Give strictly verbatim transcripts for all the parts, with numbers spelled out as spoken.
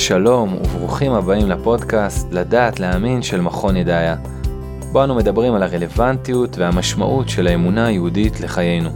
שלום וברוכים הבאים לפודקאסט לדעת להאמין של מכון ידעיה. בו אנו מדברים על הרלוונטיות והמשמעות של האמונה היהודית לחיינו.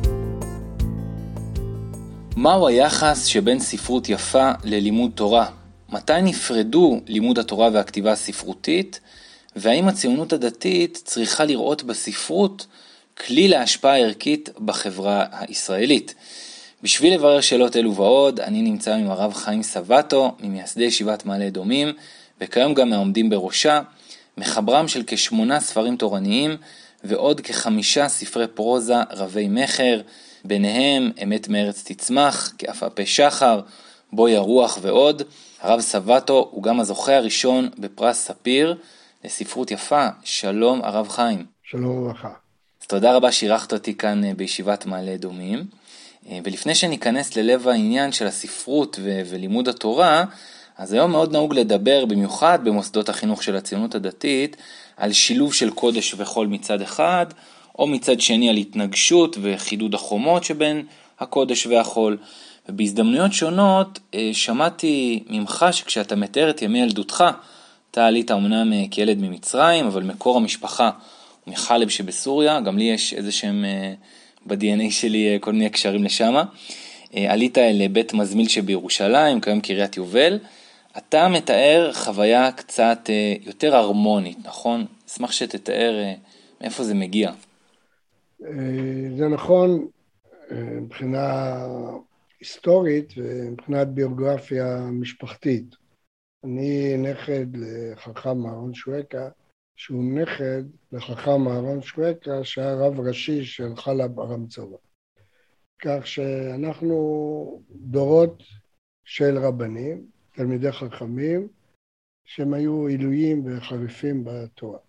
מהו היחס שבין ספרות יפה ללימוד תורה? מתי נפרדו לימוד התורה והכתיבה הספרותית? והאם הציונות הדתית צריכה לראות בספרות כלי להשפעה ערכית בחברה הישראלית? בשביל לברר שאלות אלו ועוד, אני נמצא עם הרב חיים סבתו, ממייסדי ישיבת מעלה אדומים, וכיום גם מהעומדים בראשה, מחברם של כשמונה ספרים תורניים, ועוד כחמישה ספרי פרוזה רבי מחר, ביניהם אמת מארץ תצמח, כעפעפי שחר, בוי הרוח ועוד. הרב סבתו הוא גם הזוכה הראשון בפרס ספיר לספרות יפה. שלום הרב חיים. שלום וברכה. אז תודה רבה שאירחת אותי כאן בישיבת מעלה אדומים. ולפני שניכנס ללב העניין של הספרות ו- ולימוד התורה, אז היום מאוד נהוג לדבר במיוחד במוסדות החינוך של הציונות הדתית על שילוב של קודש וחול מצד אחד, או מצד שני על התנגשות וחידוד החומות שבין הקודש והחול. ובהזדמנויות שונות שמעתי ממך שכשאתה מתאר את ימי ילדותך, אתה עלית אמנם כילד ממצרים, אבל מקור המשפחה הוא מחלב שבסוריה, גם לי יש איזה שהם ב-די אן איי שלי כל מיני קשרים לשם. עלית אל בית מזמיל שבירושלים, כיום קריית יובל. אתה מתאר חוויה קצת יותר הרמונית, נכון? אשמח שתתאר מאיפה זה מגיע. זה נכון מבחינה היסטורית ומבחינת ביוגרפיה משפחתית. אני נכד לחכם אהרון שווקה, שהוא נכד לחכם אהרון שווקה, שהיה רב ראשי של חלב ארם צובא. כך שאנחנו דורות של רבנים, תלמידי חכמים, שהם היו עילויים וחריפים בתורה.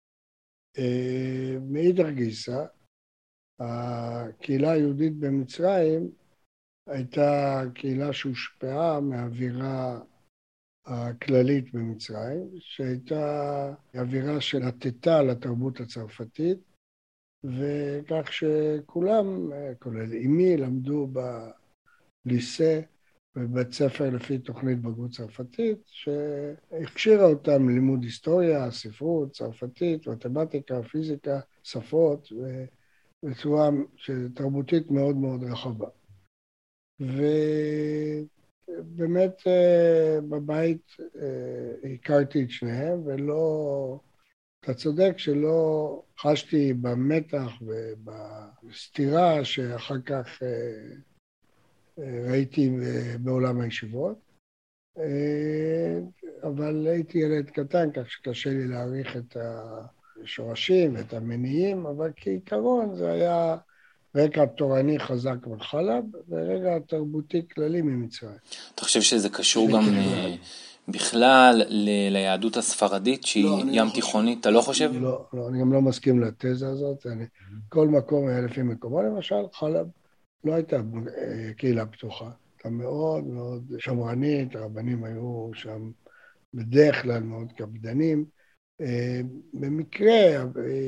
מאידך גיסא, הקהילה היהודית במצרים הייתה קהילה שהושפעה מהאווירה הכללית במצרים, שהייתה אווירה של עטתה לתרבות הצרפתית, וכך שכולם, כולל אמי, למדו בליסה ובבית ספר לפי תוכנית בגרות צרפתית, שהכשירה אותם ללימוד היסטוריה, ספרות, צרפתית, מתמטיקה, פיזיקה, שפות, בצורה תרבותית מאוד מאוד רחבה. ובאמת בבית הכרתי את שניהם, ולא, אתה צודק שלא חשתי במתח ובסתירה שאחר כך ראיתי בעולם הישיבות, אבל הייתי ילד קטן, כך שקשה לי להעריך את השורשים ואת המניעים, אבל כעיקרון זה היה רקע תורני חזק בחלב, ורקע תרבותי כללי ממצרים. אתה חושב שזה קשור גם בכלל ל- ליהדות הספרדית, שהיא לא, ים לא תיכונית? אתה לא חושב? לא, לא, אני גם לא מסכים לתזה הזאת. אני, כל מקום היה לפי מקומו, למשל, חלב לא הייתה קהילה פתוחה. הייתה מאוד מאוד שמרנית, הרבנים היו שם בדרך כלל מאוד קפדנים. במקרה,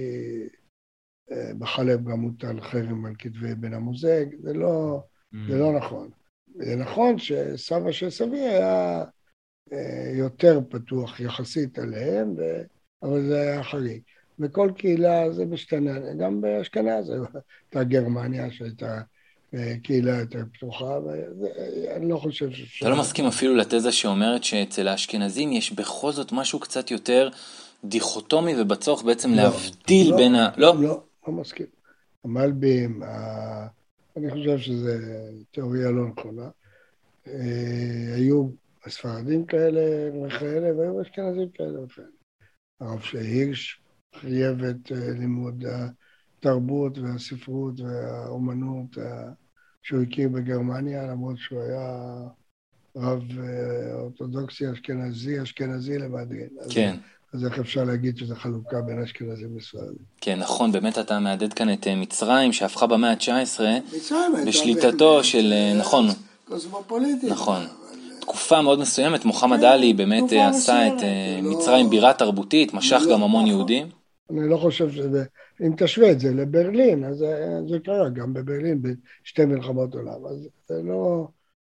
בחלב גם מוטל חרם על כתבי בן המוזג, זה לא, זה לא נכון. זה נכון שסבא של סבי היה יותר פתוח יחסית עליהם, ו... אבל זה היה חריג. בכל קהילה זה משתנה, גם באשכנז, הייתה גרמניה שהייתה קהילה יותר פתוחה, ואני לא חושב ש... אתה לא מסכים אפילו לתזה שאומרת שאצל האשכנזים יש בכל זאת משהו קצת יותר דיכוטומי, ובצורך בעצם לא, להבדיל לא, בין ה... לא? לא, לא מסכים. המלבים, ה... אני חושב שזו תיאוריה לא נכונה. היו הספרדים כאלה וכאלה, והיו אשכנזים כאלה וכאלה. הרב שהירש חייב את לימוד התרבות והספרות והאומנות שהוא הכיר בגרמניה, למרות שהוא היה רב אורתודוקסי אשכנזי, אשכנזי למדרין. כן. אז איך אפשר להגיד שזו חלוקה בין אשכנזים וספרדים? כן, נכון, באמת אתה מעדד כאן את מצרים, שהפכה במאה ה-תשע עשרה בשליטתו של, נכון, קוסמופוליטית. נכון. תקופה מאוד מסוימת, מוחמד עלי באמת עשה את מצרים בירה תרבותית, משך גם המון יהודים. אני לא חושב שזה, אם תשווה את זה לברלין, אז זה קרה גם בברלין בשתי מלחמות עולם, אז זה לא,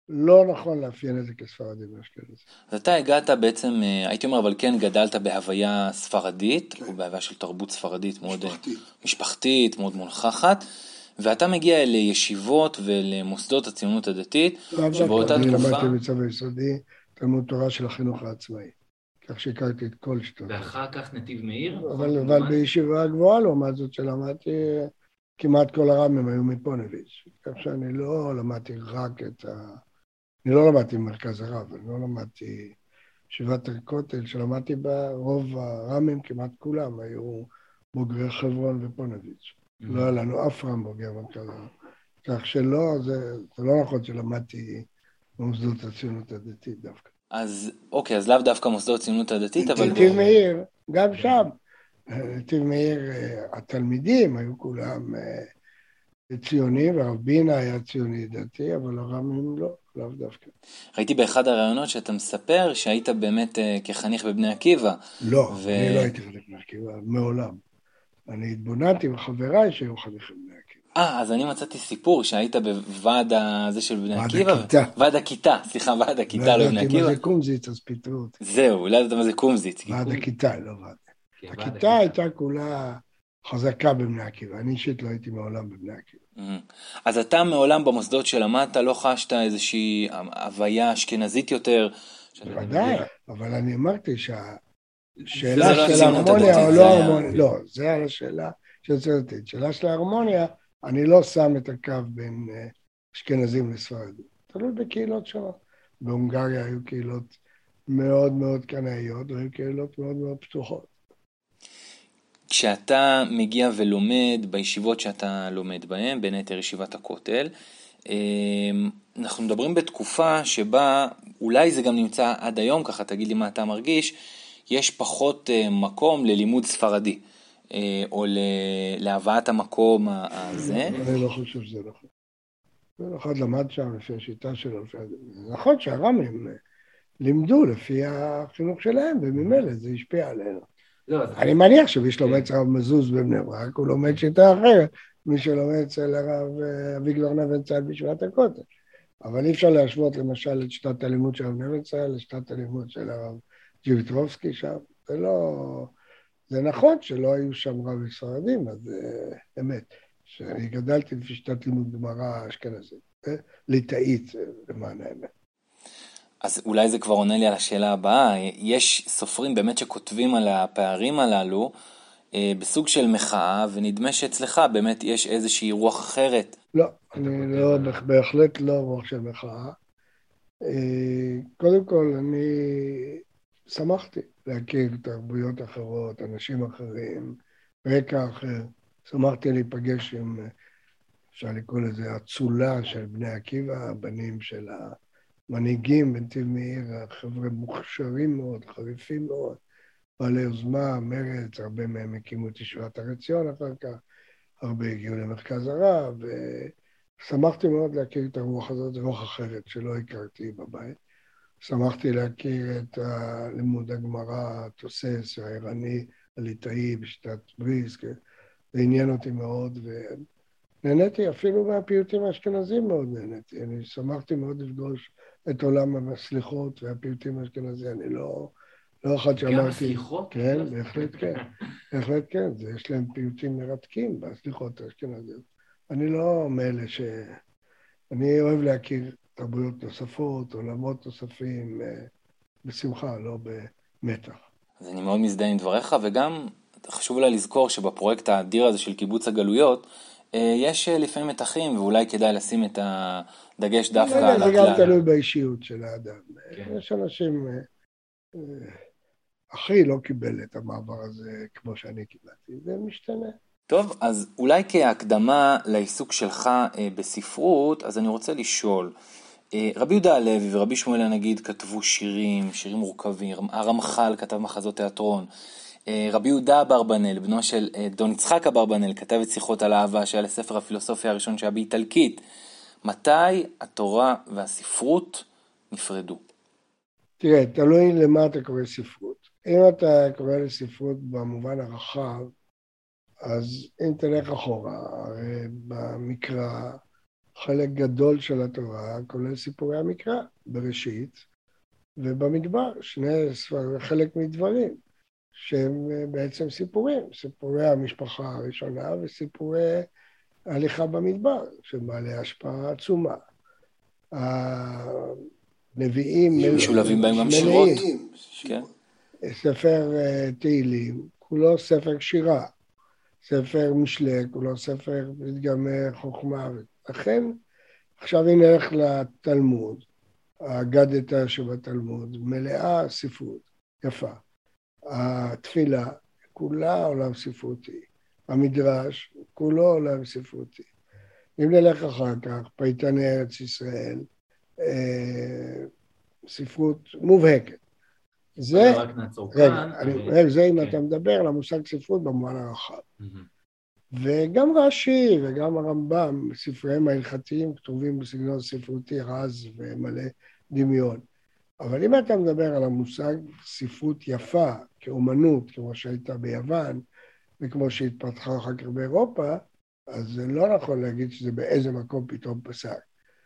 לא נכון לאפיין את זה כספרדים ואשכנזים. אז אתה הגעת בעצם, הייתי אומר, אבל כן גדלת בהוויה ספרדית, כן. או בהוויה של תרבות ספרדית מאוד משפחתית, משפחתית מאוד מונחחת, ואתה מגיע לישיבות ולמוסדות הציונות הדתית, שבאותה תקופה... אני למדתי בצבא יסודי, תלמוד תורה של החינוך העצמאי, כך שהכרתי את כל שטות. ואחר כך נתיב מאיר? אבל, אבל בישיבה הגבוהה, לעומת זאת שלמדתי, כמעט כל הרבים היו מפונביץ', כך שאני לא למדתי רק את ה... אני לא למדתי במרכז הרב, אני לא למדתי ישיבת הכותל, שלמדתי בה, רוב הרמים, כמעט כולם, היו בוגרי חברון ופונביץ'. Mm-hmm. לא היה לנו אף רם בוגר במרכז הרב. כך שלא, זה, זה לא נכון שלמדתי במוסדות הציונות הדתית דווקא. אז אוקיי, אז לאו דווקא מוסדות הציונות הדתית, אבל... נתיב מאיר, גם שם. נתיב מאיר, התלמידים היו כולם ציונים, והרב בינה היה ציוני דתי, אבל הרמים לא, לאו דווקא. ראיתי באחד הרעיונות שאתה מספר שהיית באמת כחניך בבני עקיבא. לא, ו... אני לא הייתי חניך בבני עקיבא, מעולם. אני התבוננתי בחבריי שהיו חניכים בבני עקיבא. אה, אז אני מצאתי סיפור שהיית בוועד הזה של בני עקיבא. ועד הכיתה. ועד הכיתה, סליחה, ועד הכיתה, לא בני עקיבא. לא ידעתי מה זה קומזיץ, אז פיתרו אותי. זהו, לא ידעת מה זה קומזיץ. ועד הכיתה, לא ועד. הכיתה הייתה כולה חזקה בבני עקיבא, אני אישית לא הייתי מעולם בבני עקיבא. אז אתה מעולם במוסדות שלמדת, לא חשת איזושהי הוויה אשכנזית יותר? ודאי, אבל אני אמרתי שהשאלה של ההרמוניה או לא ההרמוניה, לא, זה על השאלה שצריכתית. שאלה של ההרמוניה, אני לא שם את הקו בין אשכנזים לספרדים. תלוי בקהילות שונות. בהונגריה היו קהילות מאוד מאוד קנאיות, והיו קהילות מאוד מאוד פתוחות. כשאתה מגיע ולומד בישיבות שאתה לומד בהן, בין היתר ישיבת הכותל, אנחנו מדברים בתקופה שבה, אולי זה גם נמצא עד היום, ככה תגיד לי מה אתה מרגיש, יש פחות מקום ללימוד ספרדי, או להבאת המקום הזה. אני לא חושב שזה נכון. כל אחד למד שם לפי השיטה שלו. נכון שהרמים לימדו לפי החינוך שלהם, וממילא זה השפיע עלינו. אני מניח שמי שלומד אצל הרב מזוז בבני ברק, הוא לומד שיטה אחרת, מי שלומד אצל הרב אביגדור נבנצל בישיבת הכותל. אבל אי אפשר להשוות למשל את שיטת הלימוד של הרב נבנצל, לשיטת הלימוד של הרב ג'יביטרובסקי שם. זה לא... זה נכון שלא היו שם רבי ספרדים, אז זה אמת. שאני גדלתי לפי שיטת לימוד גמרא אשכנזית, ליטאית למען האמת. אז אולי זה כבר עונה לי על השאלה הבאה. יש סופרים באמת שכותבים על הפערים הללו בסוג של מחאה, ונדמה שאצלך באמת יש איזושהי רוח אחרת. לא, אני לא, בהחלט לא רוח של מחאה. קודם כל, אני שמחתי להכיר תרבויות אחרות, אנשים אחרים, רקע אחר. שמחתי להיפגש עם, אפשר לקרוא לזה, הצולה של בני עקיבא, הבנים של המנהיגים בנתיב מאיר, החבר'ה מוכשרים מאוד, חריפים מאוד, בעלי יוזמה, מרץ, הרבה מהם הקימו את ישיבת הר עציון אחר כך, הרבה הגיעו למרכז הרב, ושמחתי מאוד להכיר את הרוח הזאת, זו רוח אחרת שלא הכרתי בבית. שמחתי להכיר את לימוד הגמרא, התוסס, הערני, הליטאי, בשיטת בריסק, זה עניין אותי מאוד, ונהניתי אפילו מהפיוטים האשכנזיים מאוד נהניתי. אני שמחתי מאוד לפגוש את עולם הסליחות והפיוטים האשכנזיים. אני לא, לא אחד שאמרתי... גם הסליחות? כן, בהחלט כן. בהחלט כן, זה, יש להם פיוטים מרתקים בסליחות האשכנזיות. אני לא מאלה ש... אני אוהב להכיר תרבויות נוספות, עולמות נוספים, בשמחה, לא במתח. אז אני מאוד מזדהה עם דבריך, וגם חשוב לה לזכור שבפרויקט האדיר הזה של קיבוץ הגלויות, יש לפעמים מתחים, ואולי כדאי לשים את הדגש דווקא על הכלל. זה גם תלוי באישיות של האדם. יש אנשים, אחי לא קיבל את המעבר הזה כמו שאני קיבלתי, זה משתנה. טוב, אז אולי כהקדמה לעיסוק שלך בספרות, אז אני רוצה לשאול, רבי יהודה הלוי ורבי שמואל הנגיד כתבו שירים, שירים מורכבים, הרמח"ל כתב מחזות תיאטרון, רבי יהודה אברבנאל, בנו של דון יצחק אברבנאל, כתב את שיחות על אהבה שהיה לספר הפילוסופיה הראשון שהיה באיטלקית. מתי התורה והספרות נפרדו? תראה, תלוי למה אתה קורא ספרות. אם אתה קורא לספרות במובן הרחב, אז אם תלך אחורה, הרי במקרא חלק גדול של התורה, כולל סיפורי המקרא, בראשית ובמדבר, שני ספר, חלק מדברים, שהם בעצם סיפורים, סיפורי המשפחה הראשונה וסיפורי ההליכה במדבר, שבעלי השפעה עצומה. הנביאים משולבים בהם גם שירות. כן. ספר תהילים, כולו ספר שירה, ספר משלי, כולו ספר פתגמי חוכמה. לכן, עכשיו אם נלך לתלמוד, האגדתא שבתלמוד, מלאה ספרות, יפה. התפילה, כולה עולם ספרותי. המדרש, כולו עולם ספרותי. אם נלך אחר כך, פייטני ארץ ישראל, ספרות מובהקת. זה, רגע, אני אומר, זה אם אתה מדבר על המושג ספרות במובן הרחב. וגם רש"י וגם הרמב"ם, ספריהם ההלכתיים, כתובים בסגנון ספרותי רז ומלא דמיון. אבל אם אתה מדבר על המושג ספרות יפה, כאומנות, כמו שהייתה ביוון, וכמו שהתפתחה אחר כך באירופה, אז זה לא נכון להגיד שזה באיזה מקום פתאום פסק.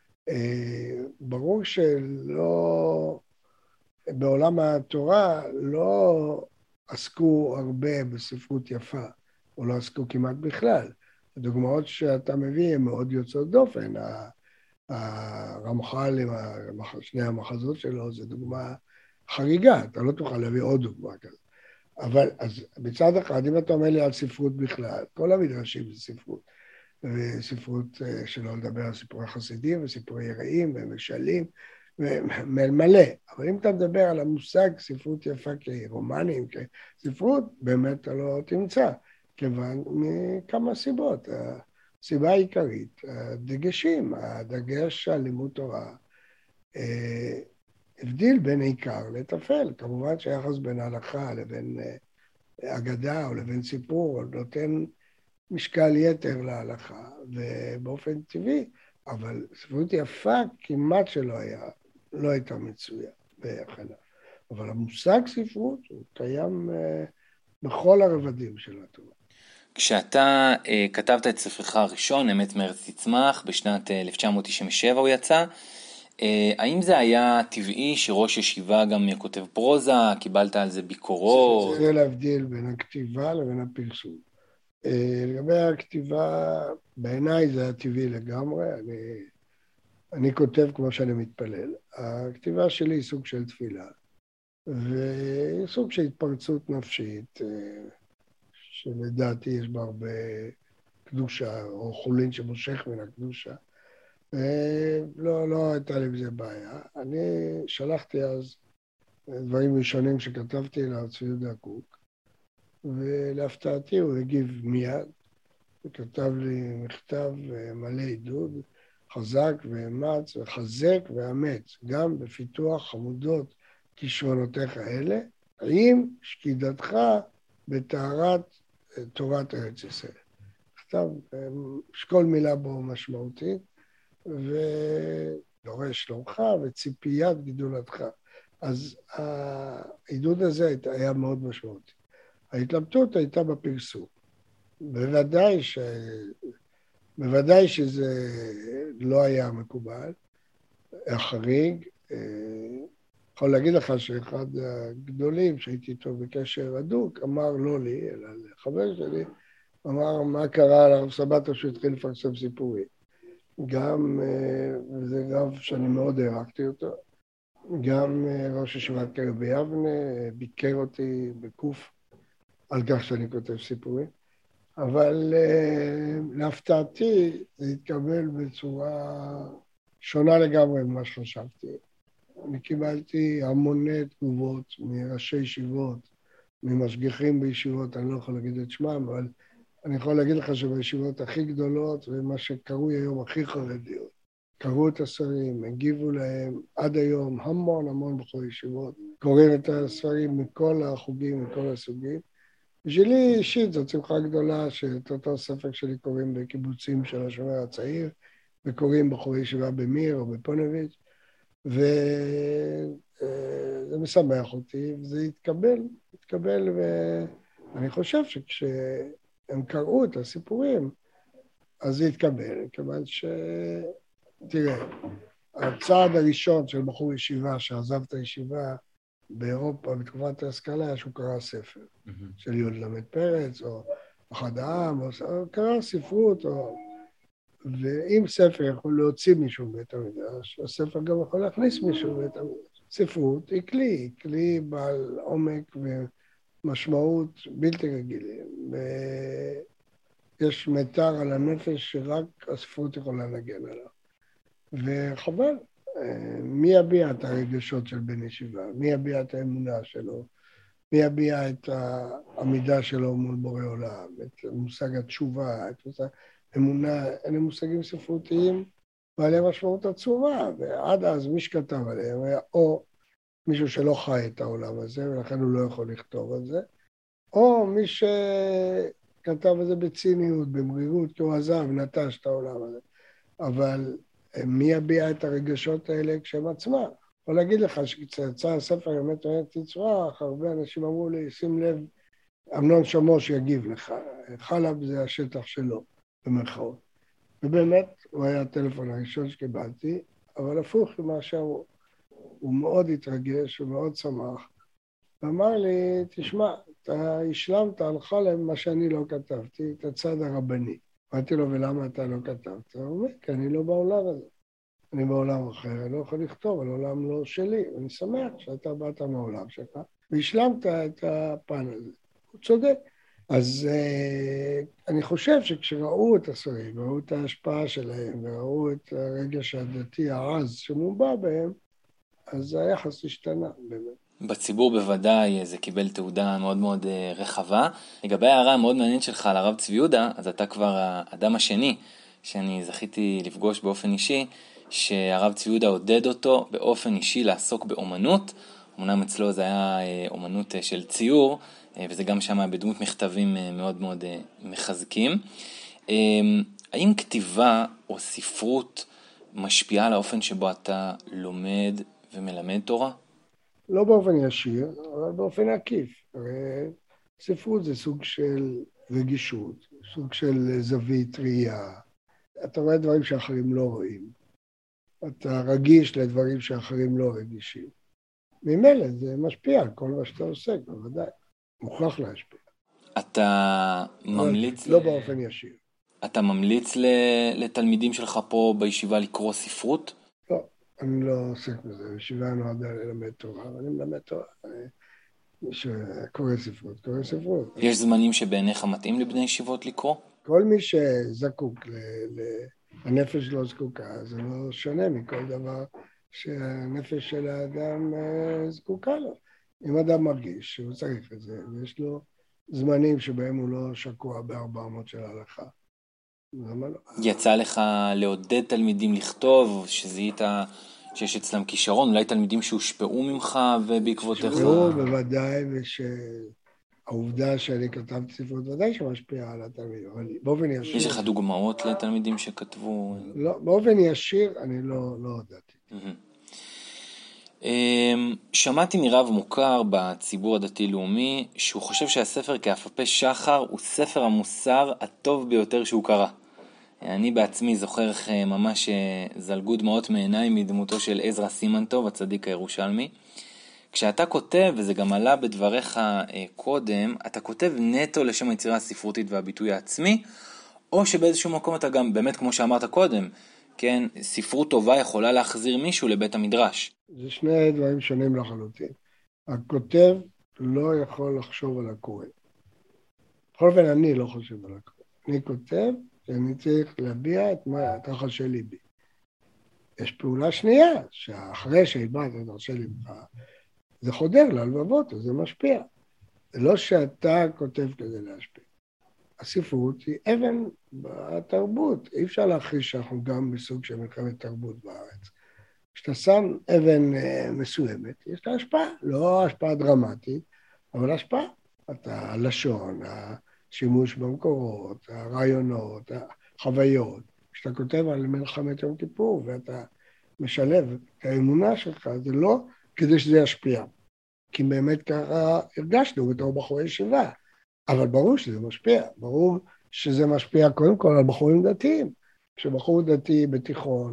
ברור שלא, בעולם התורה לא עסקו הרבה בספרות יפה, או לא עסקו כמעט בכלל. הדוגמאות שאתה מביא הן מאוד יוצאות דופן. הרמח"ל עם שני המחזות שלו זה דוגמה חריגה, אתה לא תוכל להביא עוד דוגמה כזאת. אבל אז בצד אחד, אם אתה אומר לי על ספרות בכלל, כל המדרשים זה ספרות, וספרות שלא לדבר על סיפורי חסידים וסיפורי יראים ומשלים ומלא. אבל אם אתה מדבר על המושג ספרות יפה כרומנים, כספרות, באמת אתה לא תמצא, כיוון מכמה סיבות. הסיבה העיקרית, הדגשים, הדגש על לימוד תורה, הבדיל בין עיקר לטפל. כמובן שהיחס בין ההלכה לבין אגדה או לבין סיפור נותן משקל יתר להלכה, ובאופן טבעי, אבל ספרות יפה כמעט שלא היה, לא הייתה מצויה בהכנה. אבל המושג ספרות הוא קיים בכל הרבדים של התורה. כשאתה uh, כתבת את ספרך הראשון, אמת מארץ תצמח, בשנת uh, אלף תשע מאות תשעים ושבע הוא יצא, uh, האם זה היה טבעי שראש ישיבה גם כותב פרוזה, קיבלת על זה ביקורות? זה להבדיל בין הכתיבה לבין הפרסום. Uh, לגבי הכתיבה, בעיניי זה היה טבעי לגמרי, אני, אני כותב כמו שאני מתפלל. הכתיבה שלי היא סוג של תפילה, והיא סוג של התפרצות נפשית, uh, שלדעתי יש בה הרבה קדושה, או חולין שמושך מן הקדושה. לא, לא הייתה לי בזה בעיה. אני שלחתי אז דברים ראשונים שכתבתי לארצי יהודה קוק, ולהפתעתי הוא הגיב מיד, וכתב לי מכתב מלא עידוד, חזק ואמץ וחזק ואמץ, גם בפיתוח חמודות כישרונותיך האלה, עם שקידתך בטהרת תורת ארץ ישראל. כתב, שכל מילה בו משמעותית, ודורש שלומך וציפיית גידולתך. אז העידוד הזה היה מאוד משמעותי. ההתלבטות הייתה בפרסום. בוודאי, ש... בוודאי שזה לא היה מקובל, היה חריג. יכול להגיד לך שאחד הגדולים שהייתי איתו בקשר הדוק, אמר לא לי, אלא לחבר שלי, אמר מה קרה על הרב סבתו שהוא התחיל לפרסם סיפורים. גם, וזה רב שאני מאוד הערכתי אותו, גם ראש ישיבת קרב ביבנה ביקר אותי בקוף על כך שאני כותב סיפורים, אבל להפתעתי זה התקבל בצורה שונה לגמרי ממה שחשבתי. אני קיבלתי המוני תגובות מראשי ישיבות, ממשגיחים בישיבות, אני לא יכול להגיד את שמם, אבל אני יכול להגיד לך שבישיבות הכי גדולות, ומה שקרוי היום הכי חרדיות, קראו את הספרים, הגיבו להם עד היום המון המון בכל ישיבות, קוראים את הספרים מכל החוגים, מכל הסוגים. בשבילי אישית זו שמחה גדולה שאת אותו ספר שלי קוראים בקיבוצים של השומר הצעיר, וקוראים בחורי ישיבה במיר או בפונביץ', וזה משמח אותי, וזה התקבל, התקבל, ואני חושב שכשהם קראו את הסיפורים, אז זה התקבל, כיוון תראה, הצעד הראשון של בחור ישיבה שעזב את הישיבה באירופה בתקופת ההשכלה היה שהוא קרא ספר mm-hmm. של יהודה למד פרץ או אחד העם, או, או קרא ספרות, או... ואם ספר יכול להוציא מישהו מבית המדרש, הספר גם יכול להכניס מישהו מבית המדרש. ספרות היא כלי, היא כלי בעל עומק ומשמעות בלתי רגילים. ויש מיתר על הנפש שרק הספרות יכולה להגן עליו. וחבל, מי יביע את הרגשות של בן ישיבה? מי יביע את האמונה שלו? מי יביע את העמידה שלו מול בורא עולם? את מושג התשובה, את מושג אמונה, אלה מושגים ספרותיים בעלי משמעות עצומה, ועד אז מי שכתב עליהם היה או מישהו שלא חי את העולם הזה, ולכן הוא לא יכול לכתוב על זה, או מי שכתב על זה בציניות, במרירות, כי הוא עזב, נטש את העולם הזה. אבל מי יביע את הרגשות האלה כשהם עצמם? יכול להגיד לך שכשיצא הספר אמת אמת תצרח, הרבה אנשים אמרו לי, שים לב, אמנון שמוש יגיב לך, חלב זה השטח שלו, במרכאות. ובאמת, הוא היה הטלפון הראשון שקיבלתי, אבל הפוך ממה שאמרו. הוא מאוד התרגש, הוא מאוד שמח, ואמר לי, תשמע, אתה השלמת על חלב מה שאני לא כתבתי, את הצד הרבני. אמרתי לו, ולמה אתה לא כתבת? הוא אומר, כי אני לא בעולם הזה. אני בעולם אחר, אני לא יכול לכתוב, על עולם לא שלי. אני שמח שאתה באת מהעולם שלך, והשלמת את הפן הזה. הוא צודק. אז uh, אני חושב שכשראו את הספרים, ראו את ההשפעה שלהם, וראו את הרגש הדתי העז שמובע בהם, אז היחס השתנה באמת. בציבור בוודאי זה קיבל תעודה מאוד מאוד רחבה. לגבי הערה מאוד מעניינת שלך על הרב צבי יהודה, אז אתה כבר האדם השני שאני זכיתי לפגוש באופן אישי, שהרב צבי יהודה עודד אותו באופן אישי לעסוק באומנות. אמנם אצלו זה היה אומנות של ציור, וזה גם שם בדמות מכתבים מאוד מאוד מחזקים. האם כתיבה או ספרות משפיעה על האופן שבו אתה לומד ומלמד תורה? לא באופן ישיר, אבל באופן עקיף. ספרות זה סוג של רגישות, סוג של זווית ראייה. אתה רואה דברים שאחרים לא רואים. אתה רגיש לדברים שאחרים לא רגישים. ממילא זה משפיע על כל מה שאתה עושה, בוודאי. מוכרח להשפיע. אתה ממליץ... לא באופן ישיר. אתה ממליץ לתלמידים שלך פה בישיבה לקרוא ספרות? לא, אני לא עוסק בזה. בישיבה נועדה ללמד תורה, אבל אני מלמד תורה. מי שקורא ספרות, קורא ספרות. יש זמנים שבעיניך מתאים לבני ישיבות לקרוא? כל מי שזקוק, הנפש לא זקוקה, זה לא שונה מכל דבר שהנפש של האדם זקוקה לו. אם אדם מרגיש שהוא צריך את זה, ויש לו זמנים שבהם הוא לא שקוע בארבע אמות של ההלכה. למה לא? יצא לך לעודד תלמידים לכתוב, שזיהית שיש אצלם כישרון, אולי תלמידים שהושפעו ממך ובעקבותיך? שהושפעו בוודאי, ושהעובדה שאני כתבתי ספרות ודאי שמשפיעה על התלמידים, אבל באופן ישיר... יש לך דוגמאות לתלמידים שכתבו? לא, באופן ישיר אני לא, לא הודעתי. שמעתי מרב מוכר בציבור הדתי-לאומי שהוא חושב שהספר כאפפה שחר הוא ספר המוסר הטוב ביותר שהוא קרא. אני בעצמי זוכר ממש זלגו דמעות מעיניים מדמותו של עזרא סימנטוב, הצדיק הירושלמי. כשאתה כותב, וזה גם עלה בדבריך קודם, אתה כותב נטו לשם היצירה הספרותית והביטוי העצמי, או שבאיזשהו מקום אתה גם, באמת כמו שאמרת קודם, כן, ספרות טובה יכולה להחזיר מישהו לבית המדרש. זה שני דברים שונים לחלוטין. הכותב לא יכול לחשוב על הקורא. בכל אופן אני לא חושב על הקורא. אני כותב שאני צריך להביע את מה התחל של ליבי. יש פעולה שנייה, שאחרי שהבאת את הרשי ליבך, זה חודר ללבבות, זה משפיע. זה לא שאתה כותב כדי להשפיע. הספרות היא אבן בתרבות. אי אפשר להכריז שאנחנו גם בסוג של מלחמת תרבות בארץ. כשאתה שם אבן מסוימת, יש לה השפעה. לא השפעה דרמטית, אבל השפעה. אתה הלשון, השימוש במקורות, הרעיונות, החוויות. כשאתה כותב על מלחמת יום כיפור ואתה משלב את האמונה שלך, זה לא כדי שזה ישפיע. כי באמת ככה הרגשנו בתור בחורי ישיבה. אבל ברור שזה משפיע, ברור שזה משפיע קודם כל על בחורים דתיים. כשבחור דתי בתיכון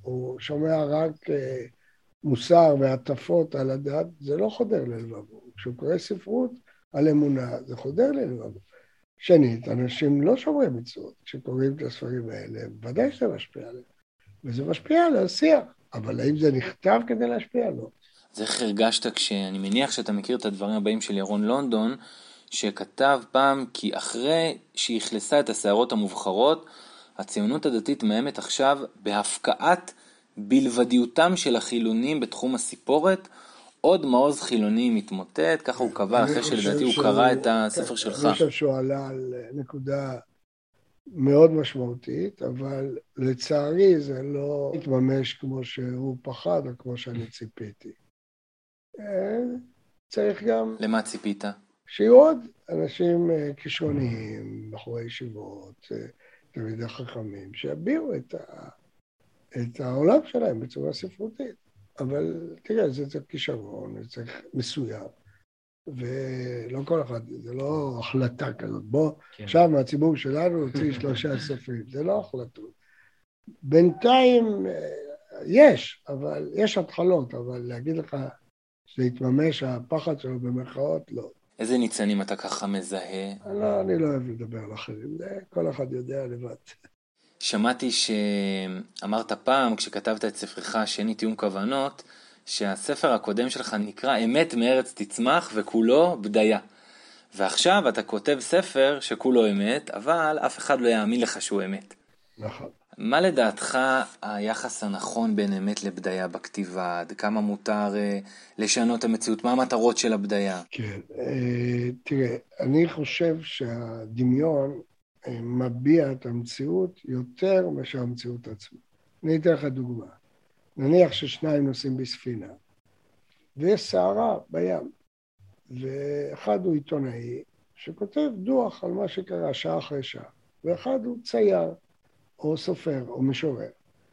הוא שומע רק אה, מוסר והטפות על הדת, זה לא חודר ללבבו. כשהוא קורא ספרות על אמונה, זה חודר ללבבו. שנית, אנשים לא שומרי מצוות, כשקוראים את הספרים האלה, ודאי שזה משפיע עליהם. וזה משפיע על השיח, אבל האם זה נכתב כדי להשפיע? לא. אז איך הרגשת כשאני מניח שאתה מכיר את הדברים הבאים של ירון לונדון, שכתב פעם כי אחרי שהיא הכלסה את השערות המובחרות, הציונות הדתית מאיימת עכשיו בהפקעת בלבדיותם של החילונים בתחום הסיפורת, עוד מעוז חילוני מתמוטט, ככה הוא קבע אחרי שלדעתי הוא קרא את הספר שלך. אני חושב שהוא עלה על נקודה מאוד משמעותית, אבל לצערי זה לא התממש כמו שהוא פחד או כמו שאני ציפיתי. צריך גם... למה ציפית? שיהיו עוד אנשים כישרוניים, בחורי ישיבות, תלמידי חכמים, שיביעו את, ה... את העולם שלהם בצורה ספרותית. אבל תראה, זה צריך כישרון, זה צריך מסוים. ולא כל אחד, זה לא החלטה כזאת. בוא, כן. עכשיו מהציבור שלנו הוציא שלושה ספרים, זה לא החלטות. בינתיים יש, אבל יש התחלות, אבל להגיד לך שזה יתממש הפחד שלו במרכאות, לא. איזה ניצנים אתה ככה מזהה? לא, אני לא אוהב לדבר על אחרים, זה כל אחד יודע לבד. שמעתי שאמרת פעם, כשכתבת את ספרך שני תיאום כוונות, שהספר הקודם שלך נקרא אמת מארץ תצמח וכולו בדיה. ועכשיו אתה כותב ספר שכולו אמת, אבל אף אחד לא יאמין לך שהוא אמת. נכון. מה לדעתך היחס הנכון בין אמת לבדיה בכתיבה? עד כמה מותר לשנות המציאות? מה המטרות של הבדיה? כן, תראה, אני חושב שהדמיון מביע את המציאות יותר מאשר המציאות עצמה. אני אתן לך דוגמה. נניח ששניים נוסעים בספינה, ויש סערה בים, ואחד הוא עיתונאי שכותב דוח על מה שקרה שעה אחרי שעה, ואחד הוא צייר, או סופר, או משורר.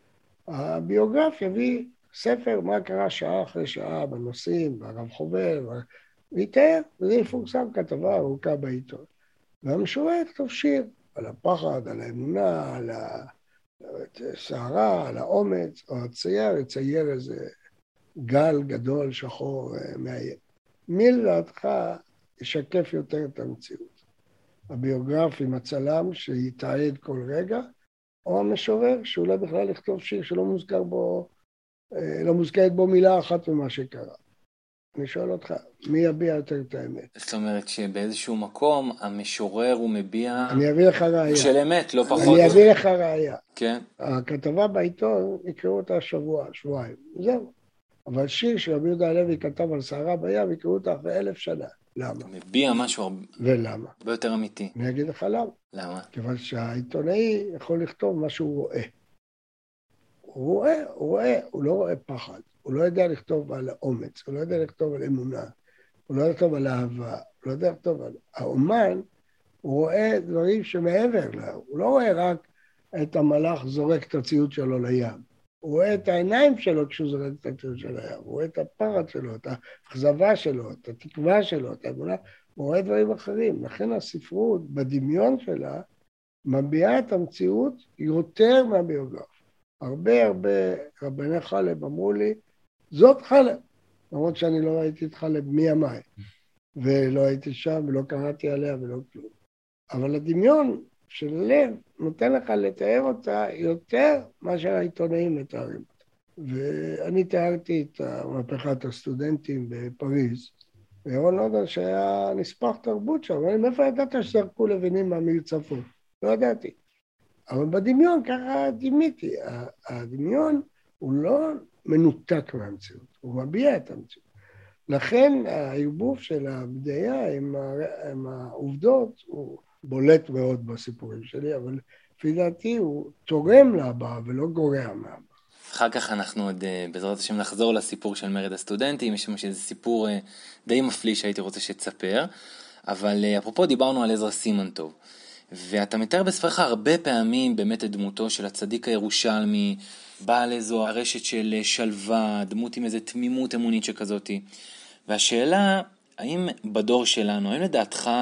הביוגרף יביא ספר מה קרה שעה אחרי שעה בנושאים, ברב חובל, ויתאר, וזה יפורסם כתבה ארוכה בעיתון. והמשורר יכתוב שיר על הפחד, על האמונה, על הסערה, על האומץ, או הצייר יצייר איזה גל גדול שחור מאיים. מי לדעתך ישקף יותר את המציאות? הביוגרף עם הצלם שיתעד כל רגע, או המשורר שאולי בכלל לכתוב שיר שלא מוזכר בו, לא מוזכרת בו מילה אחת ממה שקרה. אני שואל אותך, מי יביע יותר את האמת? זאת אומרת שבאיזשהו מקום המשורר הוא מביע... אני אביא לך ראייה. של אמת, לא פחות. אני אביא לך ראייה. כן. הכתבה בעיתון, יקראו אותה שבוע, שבועיים. זהו. אבל שיר שרבי יהודה הלוי כתב על סערה בים, יקראו אותה אחרי אלף שנה. למה? מביע משהו הרבה... ולמה? הרבה יותר אמיתי. אני אגיד לך למה. למה? כיוון שהעיתונאי יכול לכתוב מה שהוא רואה. הוא רואה, הוא רואה, הוא לא רואה פחד. הוא לא יודע לכתוב על האומץ, הוא לא יודע לכתוב על אמונה, הוא לא יודע לכתוב על אהבה, הוא לא יודע לכתוב על... האומן, הוא רואה דברים שמעבר לה, הוא לא רואה רק את המלאך זורק את הציוד שלו לים. הוא רואה את העיניים שלו כשהוא זורק את הציוד של הים, הוא רואה את הפחד שלו, את האכזבה שלו, את התקווה שלו, את האמונה, הוא רואה דברים אחרים. לכן הספרות, בדמיון שלה, מביעה את המציאות יותר מהביוגרף. הרבה הרבה רבני חלב אמרו לי, זאת חלב, למרות שאני לא ראיתי את חלב מימיי, ולא הייתי שם ולא קראתי עליה ולא כלום. אבל הדמיון של לב נותן לך לתאר אותה יותר מאשר העיתונאים מתארים אותה. ואני תיארתי את מהפכת הסטודנטים בפריז, וירון לונדון שהיה נספח תרבות שם, אבל מאיפה ידעת שזרקו לבנים מהמרצפות? לא ידעתי. אבל בדמיון ככה דימיתי, הדמיון הוא לא מנותק מהמציאות, הוא מביע את המציאות. לכן הערבוב של הבדיה עם, עם העובדות הוא בולט מאוד בסיפורים שלי, אבל לפי דעתי הוא תורם להבא ולא גורע מהבא. אחר כך אנחנו עוד בעזרת השם נחזור לסיפור של מרד הסטודנטים, יש שם איזה סיפור די מפליא שהייתי רוצה שתספר, אבל אפרופו דיברנו על עזרא סימנטוב. ואתה מתאר בספרך הרבה פעמים באמת את דמותו של הצדיק הירושלמי, בעל איזו הרשת של שלווה, דמות עם איזו תמימות אמונית שכזאת. והשאלה, האם בדור שלנו, האם לדעתך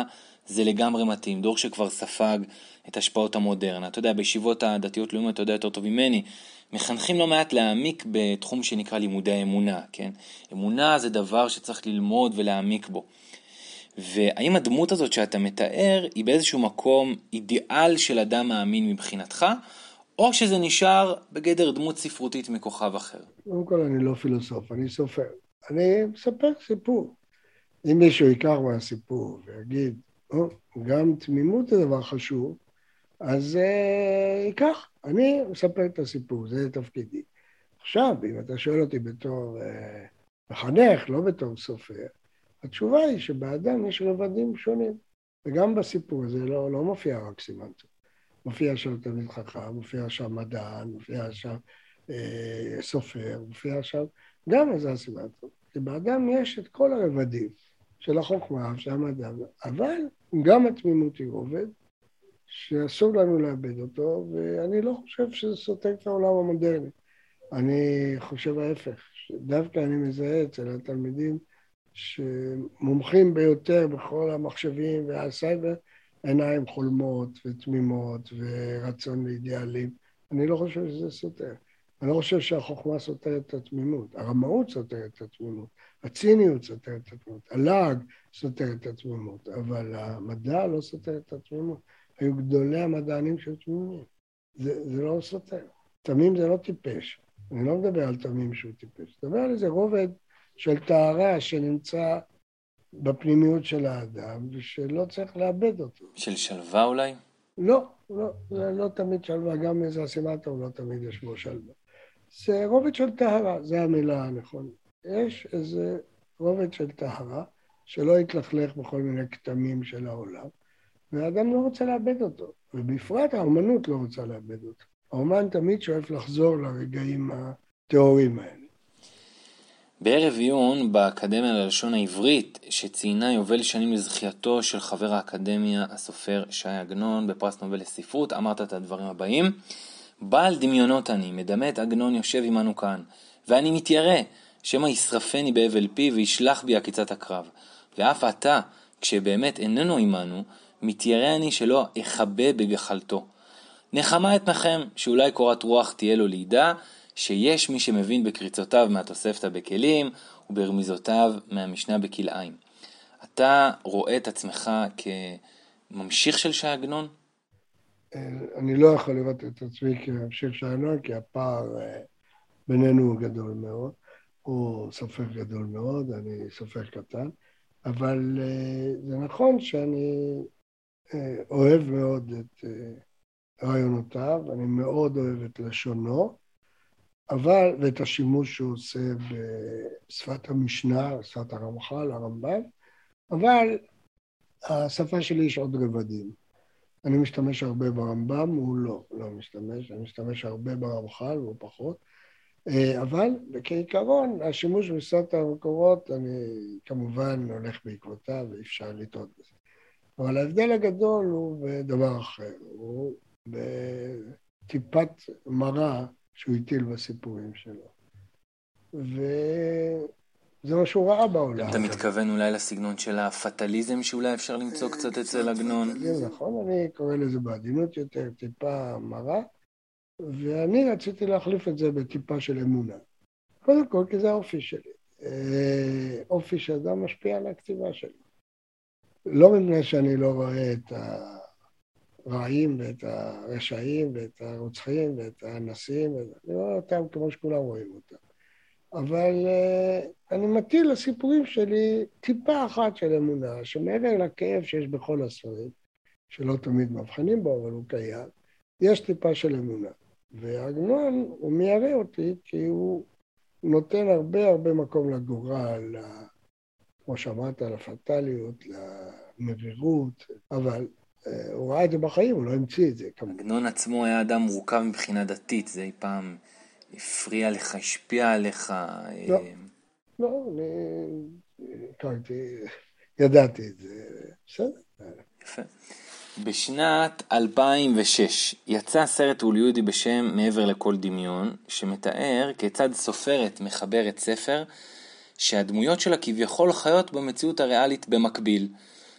זה לגמרי מתאים, דור שכבר ספג את השפעות המודרנה. אתה יודע, בישיבות הדתיות לאומיות, אתה יודע יותר טוב ממני, מחנכים לא מעט להעמיק בתחום שנקרא לימודי האמונה, כן? אמונה זה דבר שצריך ללמוד ולהעמיק בו. והאם הדמות הזאת שאתה מתאר היא באיזשהו מקום אידיאל של אדם מאמין מבחינתך, או שזה נשאר בגדר דמות ספרותית מכוכב אחר? קודם כל אני לא פילוסוף, אני סופר. אני מספר סיפור. אם מישהו ייקח מהסיפור ויגיד, או, גם תמימות זה דבר חשוב, אז אה, ייקח. אני מספר את הסיפור, זה תפקידי. עכשיו, אם אתה שואל אותי בתור אה, מחנך, לא בתור סופר, התשובה היא שבאדם יש רבדים שונים. וגם בסיפור הזה לא, לא מופיע רק סימן טוב. מופיע שם תלמיד חכם, מופיע שם מדען, מופיע שם אה, סופר, מופיע שם גם איזה סימן טוב. כי באדם יש את כל הרבדים של החוכמה, של המדע, אבל גם התמימות היא רובד, שאסור לנו לאבד אותו, ואני לא חושב שזה סותר את העולם המודרני. אני חושב ההפך, שדווקא אני מזהה אצל התלמידים שמומחים ביותר בכל המחשבים והסייבר, עיניים חולמות ותמימות ורצון לאידיאלים. אני לא חושב שזה סותר. אני לא חושב שהחוכמה סותרת את התמימות, הרמאות סותרת את התמימות, הציניות סותרת את התמימות, הלעג סותרת את התמימות, אבל המדע לא סותר את התמימות. היו גדולי המדענים של תמימים. זה, זה לא סותר. תמים זה לא טיפש. אני לא מדבר על תמים שהוא טיפש. אני מדבר על איזה רובד של טהרה שנמצא בפנימיות של האדם, ושלא צריך לאבד אותו. של שלווה אולי? לא, לא, זה לא תמיד שלווה, גם איזה אסימטה הוא לא תמיד יש בו שלווה. זה רובד של טהרה, זה המילה הנכונה. יש איזה רובד של טהרה, שלא יתלכלך בכל מיני כתמים של העולם, והאדם לא רוצה לאבד אותו, ובפרט האומנות לא רוצה לאבד אותו. האומן תמיד שואף לחזור לרגעים הטהורים האלה. בערב עיון באקדמיה ללשון העברית, שציינה יובל שנים לזכייתו של חבר האקדמיה הסופר שי עגנון בפרס נובל לספרות, אמרת את הדברים הבאים: בעל דמיונות אני, מדמה את עגנון יושב עמנו כאן, ואני מתיירא שמא ישרפני באבל פי וישלח בי עקיצת הקרב. ואף אתה, כשבאמת איננו עמנו, מתיירא אני שלא אחבא בגחלתו. נחמה אתנחם שאולי קורת רוח תהיה לו לידע, שיש מי שמבין בקריצותיו מהתוספתא בכלים וברמיזותיו מהמשנה בכלאיים. אתה רואה את עצמך כממשיך של שי עגנון? אני לא יכול לראות את עצמי כממשיך של שי עגנון, כי הפער בינינו הוא גדול מאוד. הוא סופר גדול מאוד, אני סופר קטן, אבל זה נכון שאני אוהב מאוד את רעיונותיו, אני מאוד אוהב את לשונו, אבל, ואת השימוש שהוא עושה בשפת המשנה, שפת הרמח"ל, הרמב"ם, אבל השפה שלי יש עוד רבדים. אני משתמש הרבה ברמב"ם, הוא לא, לא משתמש, אני משתמש הרבה ברמח"ל, הוא פחות, אבל כעיקרון, השימוש בשפת המקורות, אני כמובן הולך בעקבותיו, ואי אפשר לטעות בזה. אבל ההבדל הגדול הוא בדבר אחר, הוא בטיפת מראה שהוא הטיל בסיפורים שלו. וזה מה שהוא ראה בעולם. אתה מתכוון אולי לסגנון של הפטליזם שאולי אפשר למצוא קצת אצל עגנון? נכון, אני קורא לזה בעדינות יותר, טיפה מראה, ואני רציתי להחליף את זה בטיפה של אמונה. קודם כל, כי זה האופי שלי. אופי שאדם משפיע על הכתיבה שלי. לא מפני שאני לא רואה את הרעים ואת הרשעים ואת הרוצחים ואת האנסים, אני רואה אותם כמו שכולם רואים אותם. אבל uh, אני מטיל לסיפורים שלי טיפה אחת של אמונה, שמעבר לכאב שיש בכל הספרים, שלא תמיד מבחנים בו, אבל הוא קיים, יש טיפה של אמונה. ועגנון הוא מיירא אותי כי הוא נותן הרבה הרבה מקום לגורל, כמו שאמרת, לפטליות, למרירות, אבל uh, הוא ראה את זה בחיים, הוא לא המציא את זה. עגנון עצמו היה אדם מורכב מבחינה דתית, זה אי פעם הפריע לך, השפיע עליך? לא, לא, אני הכרתי, ידעתי את זה, בסדר. יפה. בשנת אלפיים ושש יצא סרט הוליוודי בשם מעבר לכל דמיון, שמתאר כיצד סופרת מחברת ספר שהדמויות שלה כביכול חיות במציאות הריאלית במקביל,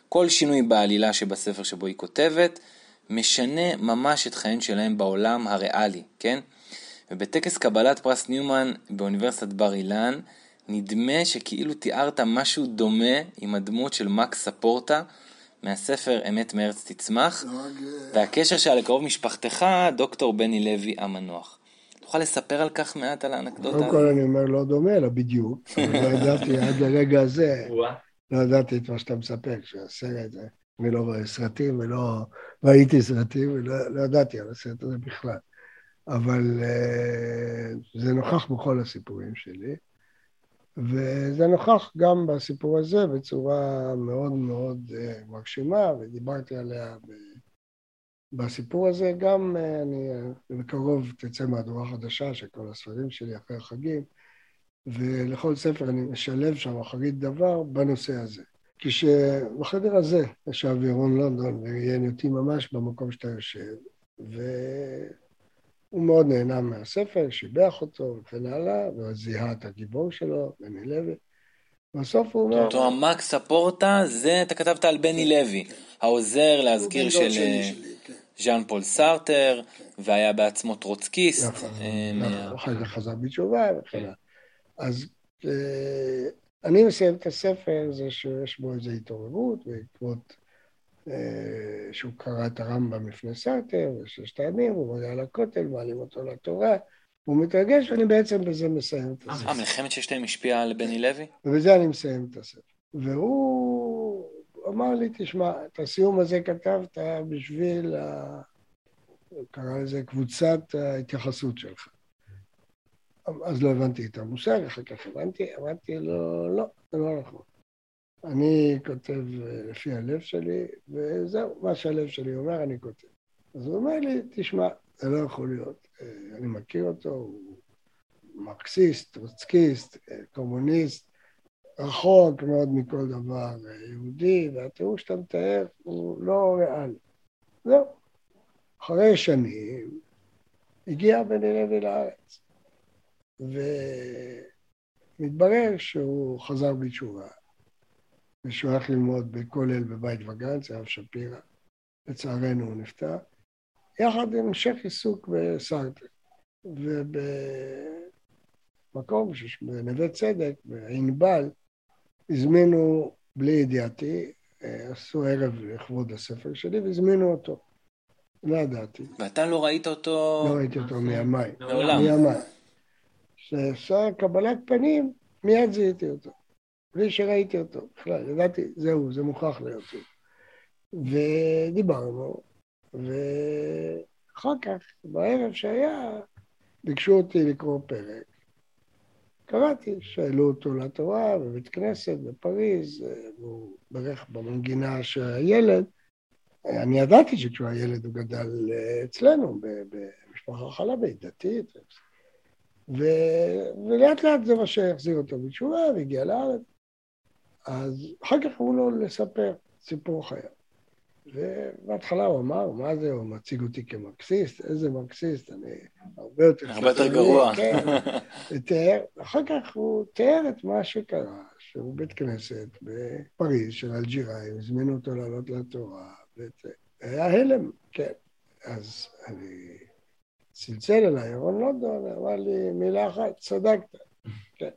כל שינוי בעלילה שבספר שבו היא כותבת, משנה ממש את חיים שלהם בעולם הריאלי, כן? ובטקס קבלת פרס ניומן באוניברסיטת בר אילן, נדמה שכאילו תיארת משהו דומה עם הדמות של מקס ספורטה, מהספר אמת מארץ תצמח, והקשר שלה לקרוב משפחתך, דוקטור בני לוי המנוח. תוכל לספר על כך מעט על האנקדוטה? קודם כל אני אומר לא דומה, אלא בדיוק, אבל לא ידעתי עד לרגע הזה, לא ידעתי את מה שאתה מספק, שהסרט, אני לא רואה סרטים ולא ראיתי סרטים, ולא ידעתי על הסרט הזה בכלל. אבל זה נוכח בכל הסיפורים שלי, וזה נוכח גם בסיפור הזה בצורה מאוד מאוד מרשימה, ודיברתי עליה בסיפור הזה. גם אני בקרוב תצא מהדורה חדשה של כל הספרים שלי אחרי החגים, ולכל ספר אני משלב שם אחרית דבר בנושא הזה. כשבחדר הזה ישב ירון לונדון וראיין אותי ממש במקום שאתה יושב, והוא מאוד נהנה מהספר, שיבח אותו וכן הלאה, וזיהה את הגיבור שלו, בני לוי. בסוף הוא אומר... זאת אומרת, מקס ספורטה, זה אתה כתבת על בני לוי, העוזר להזכיר של ז'אן פול סארטר, והיה בעצמו טרוצקיסט. אחר כך חזר בתשובה וכן הלאה. אז אני מסיים את הספר, זה שיש בו איזו התעוררות, בעקבות שהוא קרא את הרמב"ם לפני סארטר, וששת הימים, הוא מגיע לכותל, מעלים אותו לתורה, הוא מתרגש, ואני בעצם בזה מסיים את הספר. אה, מלחמת ששת הימים השפיעה על בני לוי? ובזה אני מסיים את הספר. והוא אמר לי, תשמע, את הסיום הזה כתבת בשביל, ה... הוא קרא לזה קבוצת ההתייחסות שלך. אז לא הבנתי את המושג, אחר כך הבנתי, אמרתי לו, לא, זה לא נכון. אני כותב לפי הלב שלי, וזהו, מה שהלב שלי אומר, אני כותב. אז הוא אומר לי, תשמע, זה לא יכול להיות. אני מכיר אותו, הוא מרקסיסט, טרוצקיסט, קומוניסט, רחוק מאוד מכל דבר יהודי, והתיאור שאתה מתאר הוא לא ריאלי. זהו. אחרי שנים הגיע בני לוי לארץ. ומתברר שהוא חזר בתשובה, ושהוא הלך ללמוד בכולל בבית וגן, הרב שפירא, לצערנו הוא נפטר, יחד עם המשך עיסוק בסארטר. ובמקום, בנווה צדק, בענבל, הזמינו, בלי ידיעתי, עשו ערב לכבוד הספר שלי, והזמינו אותו. לא ידעתי. ואתה לא ראית אותו? לא ראיתי אותו מימיי. מעולם. מימיי. שעשה קבלת פנים, מיד זיהיתי אותו. בלי שראיתי אותו, בכלל, ידעתי, זהו, זה מוכרח להיות. ודיברנו, ואחר כך, בערב שהיה, ביקשו אותי לקרוא פרק. קראתי, שאלו אותו לתורה, בבית כנסת, בפריז, והוא ברך במנגינה שהילד, אני ידעתי שכשהוא הילד הוא גדל אצלנו, במשפחה חלבית, דתית, ו... ולאט לאט זה מה שהחזיר אותו בתשובה, והגיע לארץ. אז אחר כך הוא לא לספר סיפור חייו. ובהתחלה הוא אמר, מה זה, הוא מציג אותי כמרקסיסט, איזה מרקסיסט, אני הרבה יותר... הרבה יותר גרוע. כן, ותיאר, אחר כך הוא תיאר את מה שקרה, שהוא בית כנסת בפריז של אלג'יראי, הזמינו אותו לעלות לתורה, והיה הלם, כן. אז אני... צלצל אליי, ירון לונדון, אמר לי מילה אחת, צדקת. כן.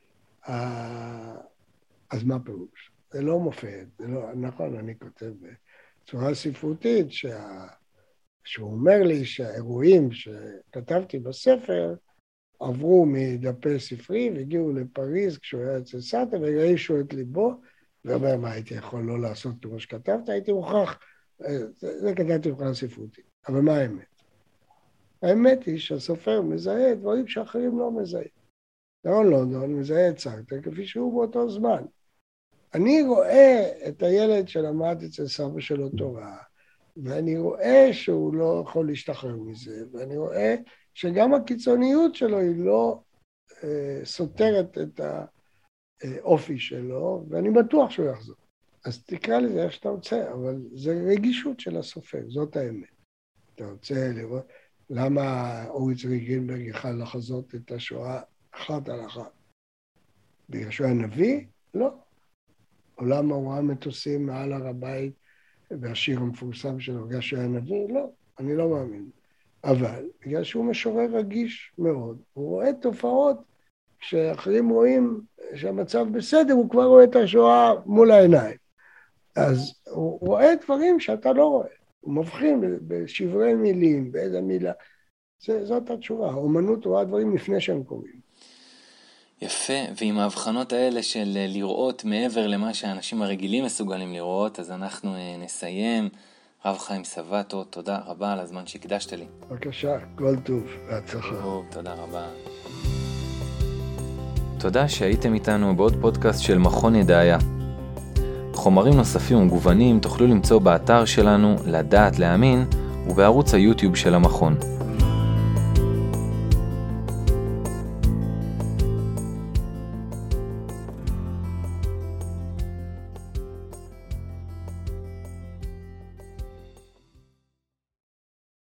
אז מה פירוש? זה לא מופיע, זה לא, נכון, אני כותב בצורה ספרותית, שה... שהוא אומר לי שהאירועים שכתבתי בספר, עברו מדפי ספרי והגיעו לפריז כשהוא היה אצל סארטר, והרעישו את ליבו, ואומר, מה הייתי יכול לא לעשות כמו שכתבת? הייתי מוכרח, זה, זה כתבתי מבחינה ספרותית. אבל מה האמת? האמת היא שהסופר מזהה דברים שאחרים לא מזהים. ירון לונדון מזהה את סארטר כפי שהוא באותו זמן. אני רואה את הילד שלמד אצל סבא שלו תורה, ואני רואה שהוא לא יכול להשתחרר מזה, ואני רואה שגם הקיצוניות שלו היא לא אה, סותרת את האופי שלו, ואני בטוח שהוא יחזור. אז תקרא לזה איך שאתה רוצה, אבל זה רגישות של הסופר, זאת האמת. אתה רוצה לראות למה אורי צבי גרינברג יכל לחזות את השואה אחת על אחת. בגלל שהוא היה נביא? לא. עולם הוא ראה מטוסים מעל הר הבית, והשיר המפורסם של הרגש היה נביא? לא, אני לא מאמין. אבל בגלל שהוא משורר רגיש מאוד, הוא רואה תופעות שאחרים רואים שהמצב בסדר, הוא כבר רואה את השואה מול העיניים. אז הוא רואה דברים שאתה לא רואה. הוא מבחין בשברי מילים, באיזה מילה. זאת התשובה. האומנות רואה דברים לפני שהם קוראים. יפה, ועם ההבחנות האלה של לראות מעבר למה שהאנשים הרגילים מסוגלים לראות, אז אנחנו נסיים. רב חיים סבתו, תודה רבה על הזמן שהקדשת לי. בבקשה, כל טוב, בהצלחה. טוב, תודה רבה. תודה שהייתם איתנו בעוד פודקאסט של מכון ידעיה. חומרים נוספים ומגוונים תוכלו למצוא באתר שלנו לדעת להאמין ובערוץ היוטיוב של המכון.